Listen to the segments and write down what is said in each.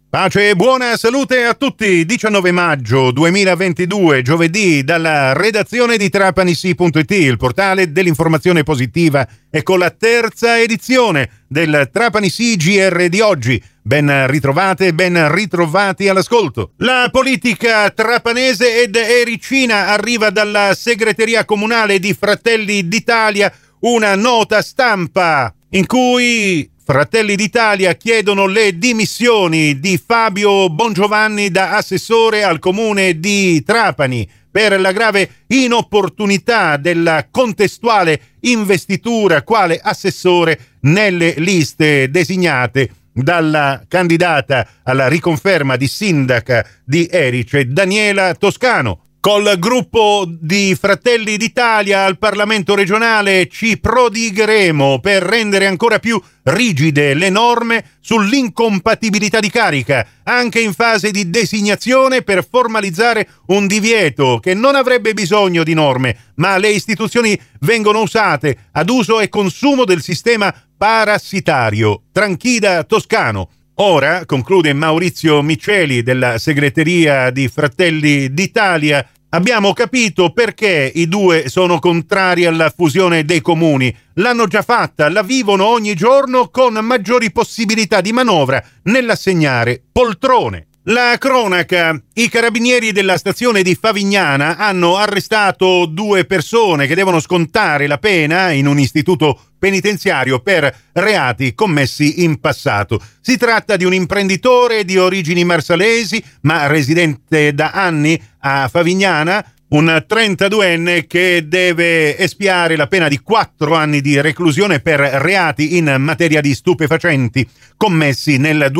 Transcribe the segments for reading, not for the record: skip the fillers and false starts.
Pace e buona salute a tutti. 19 maggio 2022, giovedì, dalla redazione di trapanisi.it, il portale dell'informazione positiva, e con la terza edizione del Trapanisi GR di oggi. Ben ritrovate, ben ritrovati all'ascolto. La politica trapanese ed ericina. Arriva dalla segreteria comunale di Fratelli d'Italia una nota stampa in cui Fratelli d'Italia chiedono le dimissioni di Fabio Bongiovanni da assessore al comune di Trapani per la grave inopportunità della contestuale investitura quale assessore nelle liste designate dalla candidata alla riconferma di sindaca di Erice, Daniela Toscano. Col gruppo di Fratelli d'Italia al Parlamento regionale ci prodigheremo per rendere ancora più rigide le norme sull'incompatibilità di carica, anche in fase di designazione, per formalizzare un divieto che non avrebbe bisogno di norme, ma le istituzioni vengono usate ad uso e consumo del sistema parassitario. Tranchida Toscano. Ora, conclude Maurizio Miceli della segreteria di Fratelli d'Italia, abbiamo capito perché i due sono contrari alla fusione dei comuni. L'hanno già fatta, la vivono ogni giorno con maggiori possibilità di manovra nell'assegnare poltrone. La cronaca. I carabinieri della stazione di Favignana hanno arrestato 2 persone che devono scontare la pena in un istituto penitenziario per reati commessi in passato. Si tratta di un imprenditore di origini marsalesi, ma residente da anni a Favignana, un 32enne che deve espiare la pena di 4 anni di reclusione per reati in materia di stupefacenti commessi nel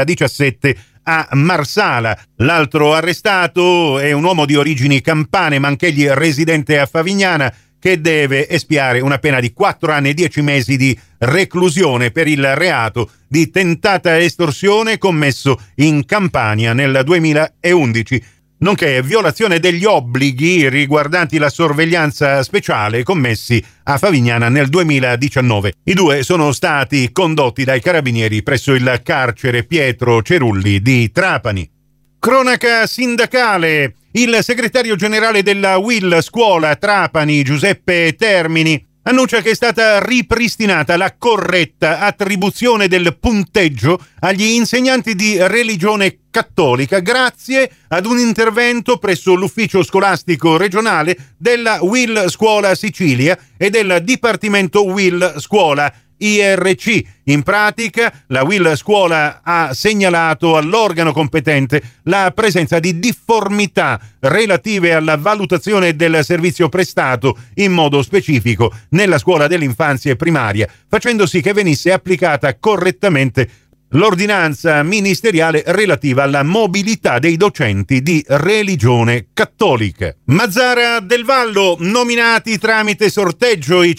2017 a Marsala. L'altro arrestato è un uomo di origini campane, ma anch'egli residente a Favignana, che deve espiare una pena di 4 anni e 10 mesi di reclusione per il reato di tentata estorsione commesso in Campania nel 2011, nonché violazione degli obblighi riguardanti la sorveglianza speciale commessi a Favignana nel 2019. I due sono stati condotti dai carabinieri presso il carcere Pietro Cerulli di Trapani. Cronaca sindacale. Il segretario generale della UIL Scuola Trapani, Giuseppe Termini, annuncia che è stata ripristinata la corretta attribuzione del punteggio agli insegnanti di religione cattolica grazie ad un intervento presso l'ufficio scolastico regionale della UIL Scuola Sicilia e del Dipartimento UIL Scuola IRC. In pratica, la UIL Scuola ha segnalato all'organo competente la presenza di difformità relative alla valutazione del servizio prestato in modo specifico nella scuola dell'infanzia e primaria, facendo sì che venisse applicata correttamente l'ordinanza ministeriale relativa alla mobilità dei docenti di religione cattolica. Mazzara del Vallo. Nominati tramite sorteggio i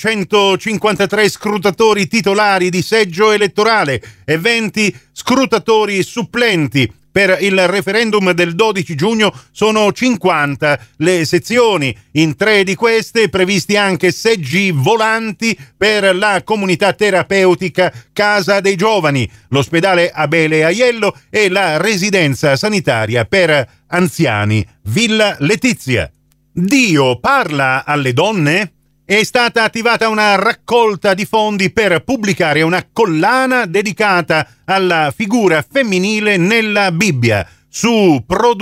153 scrutatori titolari di seggio elettorale e 20 scrutatori supplenti. Per il referendum del 12 giugno sono 50 le sezioni, in 3 di queste previsti anche seggi volanti per la comunità terapeutica Casa dei Giovani, l'ospedale Abele Aiello e la residenza sanitaria per anziani Villa Letizia. Dio parla alle donne? È stata attivata una raccolta di fondi per pubblicare una collana dedicata alla figura femminile nella Bibbia. Su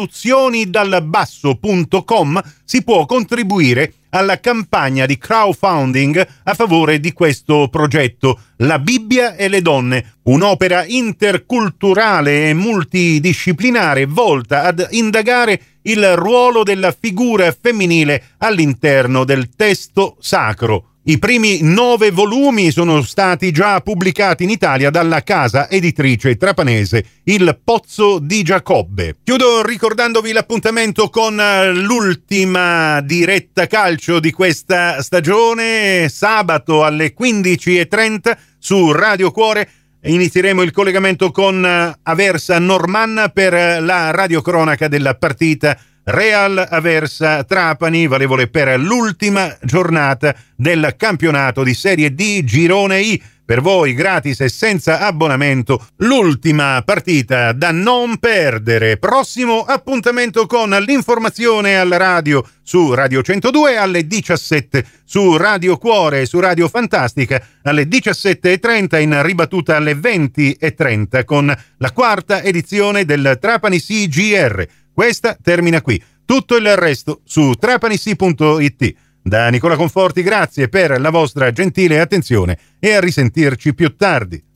produzionidalbasso.com si può contribuire alla campagna di crowdfunding a favore di questo progetto, La Bibbia e le donne, un'opera interculturale e multidisciplinare volta ad indagare il ruolo della figura femminile all'interno del testo sacro. I primi 9 volumi sono stati già pubblicati in Italia dalla casa editrice trapanese Il Pozzo di Giacobbe. Chiudo ricordandovi l'appuntamento con l'ultima diretta calcio di questa stagione. Sabato alle 15:30 su Radio Cuore inizieremo il collegamento con Aversa Normanna per la radiocronaca della partita Real Aversa Trapani, valevole per l'ultima giornata del campionato di Serie D Girone I. per voi gratis e senza abbonamento l'ultima partita da non perdere. Prossimo appuntamento con l'informazione alla radio su Radio 102 alle 17, su Radio Cuore e su Radio Fantastica alle 17:30, in ribattuta alle 20:30 con la quarta edizione del Trapani CGR. Questa termina qui. Tutto il resto su trapanisi.it. Da Nicola Conforti grazie per la vostra gentile attenzione e a risentirci più tardi.